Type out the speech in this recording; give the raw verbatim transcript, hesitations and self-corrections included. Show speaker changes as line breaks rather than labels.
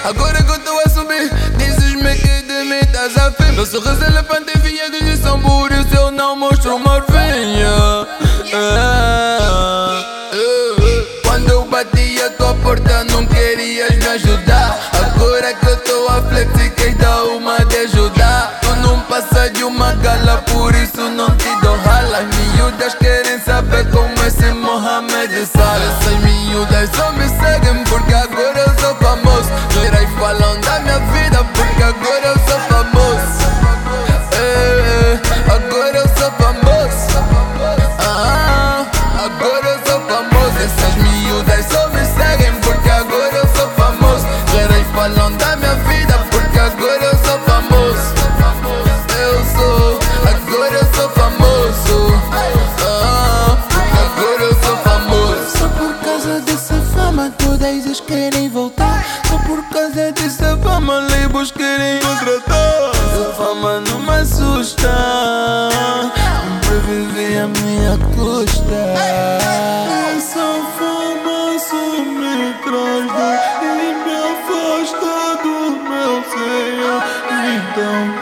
Agora que eu tô a subir, dizes-me que de mim estás a fim. Meu sorriso elefante envia de lição, por isso eu não mostro morfinha. Quando eu bati a tua porta não querias me ajudar. Agora que eu tô a flex e queres dar uma de ajudar. Tu não passa de uma gala, por isso não te dou rala. As miúdas querem saber como esse Mohamed Salah. Essas miúdas só me seguem porque agora eu sou famoso. Gerais falam da minha vida porque agora eu sou famoso. É, agora eu sou famoso. Ah, agora eu sou famoso. Essas miúdas só me seguem porque agora eu sou famoso. Gerais falam da minha vida porque agora eu sou famoso. Eu sou, agora eu sou famoso. Ah, agora eu sou famoso. Só por causa dessa fama todas eles querem voltar. Só por causa dessa fama labels querem contratar. Essa fama não me assusta, sempre vivi a minha custa. Essa fama só me traz dor e me afasta do meu Senhor. Então